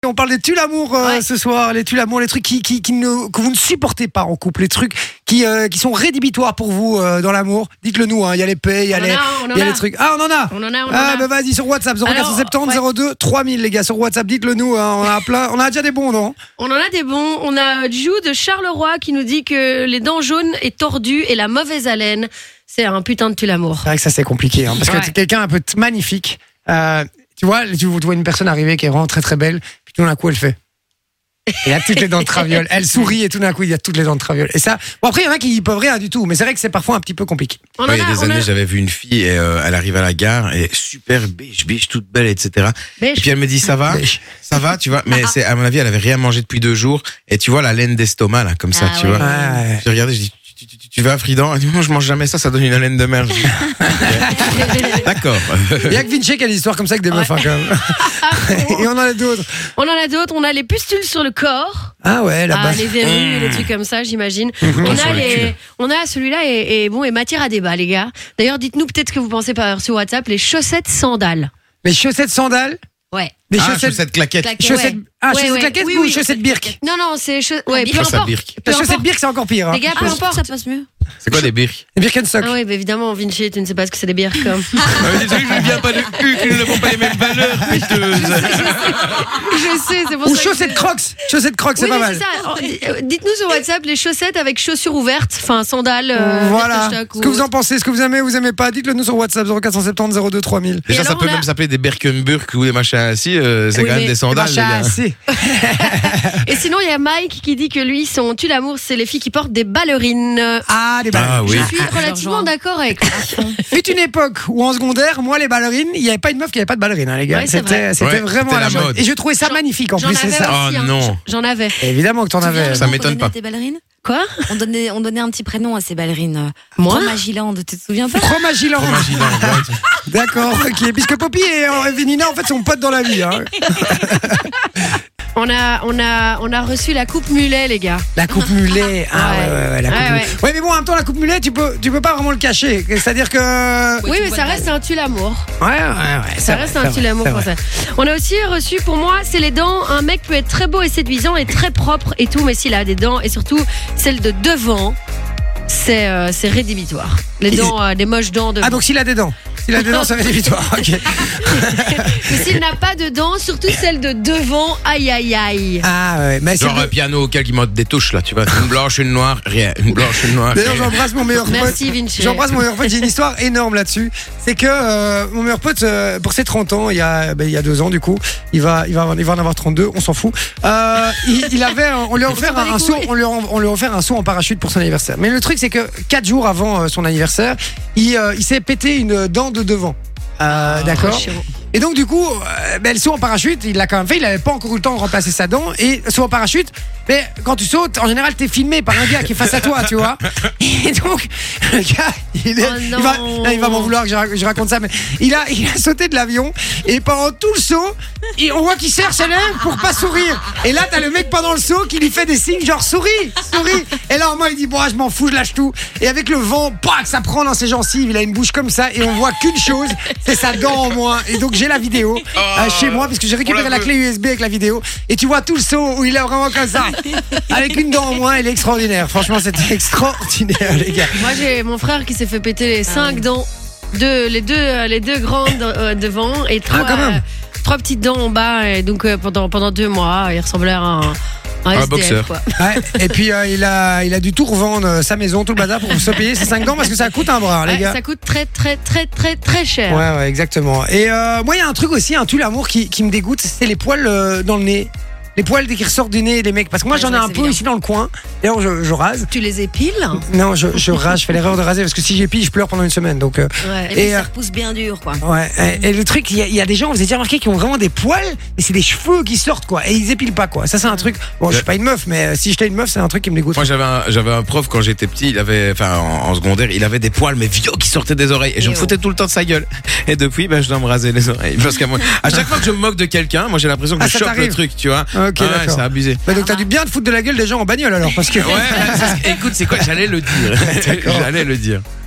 On parle des tue l'amour ce soir, les tue l'amour, les trucs que vous ne supportez pas en couple, les trucs qui sont rédhibitoires pour vous dans l'amour. Dites-le nous, il y a les paix, il y a les trucs. Ah, on en a. Bah vas-y sur WhatsApp 0470 02 3000 les gars, sur WhatsApp, dites-le nous, on a plein, on a déjà des bons, non? On en a des bons. On a Jou de Charleroi qui nous dit que les dents jaunes et tordues et la mauvaise haleine, c'est un putain de tue l'amour. C'est vrai que ça c'est compliqué, parce que c'est quelqu'un un peu magnifique. Tu vois une personne arriver qui est vraiment très très belle, puis tout d'un coup elle fait. Il y a toutes les dents de traviole. Elle sourit et tout d'un coup il y a toutes les dents de traviole. Et ça, bon après il y en a qui peuvent rien du tout, mais c'est vrai que c'est parfois un petit peu compliqué. Il y a des années, j'avais vu une fille et elle arrive à la gare et super biche, toute belle, etc. Et puis elle me dit ça va, tu vois. Mais c'est à mon avis, elle avait rien mangé depuis 2 jours et tu vois la laine d'estomac là, comme ça, tu vois. J'ai regardé, je dis. Tu vas à Fridan? Elle dit non, je mange jamais ça donne une haleine de merde. D'accord. Il y a que Vinci qui a des histoires comme ça avec des meufs, quand même. Et on en a d'autres. On a les pustules sur le corps. Ah ouais, là-bas. Les verrues, les trucs comme ça, j'imagine. On a celui-là et matière à débat, les gars. D'ailleurs, dites-nous peut-être ce que vous pensez sur WhatsApp, les chaussettes sandales. Les chaussettes sandales? Ouais. Les chaussettes claquettes. Chaussettes claquettes ou chaussettes birk? Non, c'est chaussettes birk. La chaussette birk, c'est encore pire. Les gars, peu importe, ça passe mieux. C'est quoi des birks? Les Birkenstock. Ah oui, bah évidemment, Vinci, tu ne sais pas ce que c'est des birks. Je ne viens pas de cul, qui ne font pas les mêmes valeurs, piteuse. Je sais, c'est pour ça. Ou chaussettes crocs. Chaussettes crocs, c'est pas mal. C'est ça. Dites-nous sur WhatsApp les chaussettes avec chaussures ouvertes, enfin sandales. Voilà. Ce que vous en pensez, ce que vous aimez pas, dites-le nous sur WhatsApp 0470 02 3000. Déjà, ça peut même s'appeler des Birkenburg ou des machins assis. C'est quand même des sandales, les gars. Et sinon, il y a Mike qui dit que lui, son tue l'amour, c'est les filles qui portent des ballerines. Ah, des ballerines. Ah oui. Je suis relativement d'accord avec. Fut une époque où en secondaire, moi les ballerines, il n'y avait pas une meuf qui avait pas de ballerines, les gars. Ouais, c'était vraiment la mode. Et je trouvais ça magnifique en plus, c'est ça. Oh non. J'en avais. Évidemment que t'en avais. Ça m'étonne pas. Tes ballerines? Quoi? On donnait un petit prénom à ces ballerines. Moi? Fromagiland, tu te souviens pas? Fromagiland. D'accord, ok. Puisque Poppy et Vénina en fait sont potes dans la vie. On a reçu la coupe mulet, les gars. La coupe mulet. Ah ouais, la coupe mulet. Ouais, mais bon, en même temps, la coupe mulet, tu peux pas vraiment le cacher. C'est-à-dire que. Oui, mais ça reste un tue l'amour. Ouais. Ça reste un tue l'amour pour ça. On a aussi reçu, pour moi, c'est les dents. Un mec peut être très beau et séduisant et très propre et tout, mais s'il a des dents, et surtout celles de devant, c'est rédhibitoire. Les dents, des moches dents devant. Ah, donc s'il a des dents. S'il a des dents, c'est rédhibitoire. Ok. Mais s'il n'a pas de dents, surtout celles de devant, aïe. Ah ouais, mais genre un piano auquel il monte des touches là, tu vois, une blanche, une noire, rien, une blanche, une noire. D'ailleurs, j'embrasse mon meilleur pote. Merci Vinci. J'embrasse mon meilleur pote, j'ai une histoire énorme là-dessus. C'est que mon meilleur pote, pour ses 30 ans, il y a 2 ans du coup, il va en avoir 32, on s'en fout. On lui a offert un saut, on lui a offert un saut en parachute pour son anniversaire. Mais le truc c'est que 4 jours avant son anniversaire, il s'est pété une dent de devant. D'accord. Et donc du coup, le saut en parachute, il l'a quand même fait. Il avait pas encore eu le temps de remplacer sa dent. Et saut en parachute, mais quand tu sautes, en général, t'es filmé par un gars qui est face à toi, tu vois. Et donc le gars, il va m'en vouloir que je raconte ça, mais il a sauté de l'avion et pendant tout le saut, on voit qu'il serre ses lèvres pour pas sourire. Et là, t'as le mec pendant le saut qui lui fait des signes genre souris. Et là, moi, il dit bon, je m'en fous, je lâche tout. Et avec le vent, ça prend dans ses gencives. Il a une bouche comme ça et on voit qu'une chose, c'est sa dent en moins. Et donc j'ai la vidéo chez moi parce que j'ai récupéré la clé USB avec la vidéo et tu vois tout le saut où il est vraiment comme ça avec une dent en moins. Il est extraordinaire, franchement c'était extraordinaire les gars. Moi j'ai mon frère qui s'est fait péter les 5 dents, les deux grandes devant et 3 petites dents en bas et donc pendant 2 mois il ressemblait à un boxeur. Quoi. Ouais, et puis il a dû tout revendre, sa maison, tout le bazar pour se payer ses 5 dents parce que ça coûte un bras les gars. Ça coûte très cher. Ouais exactement. Et moi il y a un truc aussi, un tue l'amour qui me dégoûte, c'est les poils dans le nez. Les poils dès qu'ils ressortent du nez des mecs. Parce que moi j'en ai un peu ici dans le coin. D'ailleurs je rase. Tu les épiles? Non, je rase, je fais l'erreur de raser parce que si j'épile je pleure pendant une semaine. Donc, et ça repousse bien dur quoi. Ouais, et le truc, il y a des gens, vous avez déjà remarqué, qui ont vraiment des poils, mais c'est des cheveux qui sortent quoi. Et ils épilent pas quoi. Ça c'est un truc. Bon, je suis pas une meuf, mais si j'étais une meuf, c'est un truc qui me dégoûte. Moi j'avais un prof quand j'étais petit, il avait, en secondaire, il avait des poils mais vieux qui sortaient des oreilles. Et je me foutais tout le temps de sa gueule. Et depuis, je dois me raser les oreilles. Parce qu'à chaque fois que je me moque de quelqu'un, moi j'ai l'impression que je chope le truc, tu vois. Ok, d'accord. C'est abusé. Bah donc t'as dû bien te foutre de la gueule des gens en bagnole alors parce que. Ouais, écoute, c'est quoi? J'allais le dire.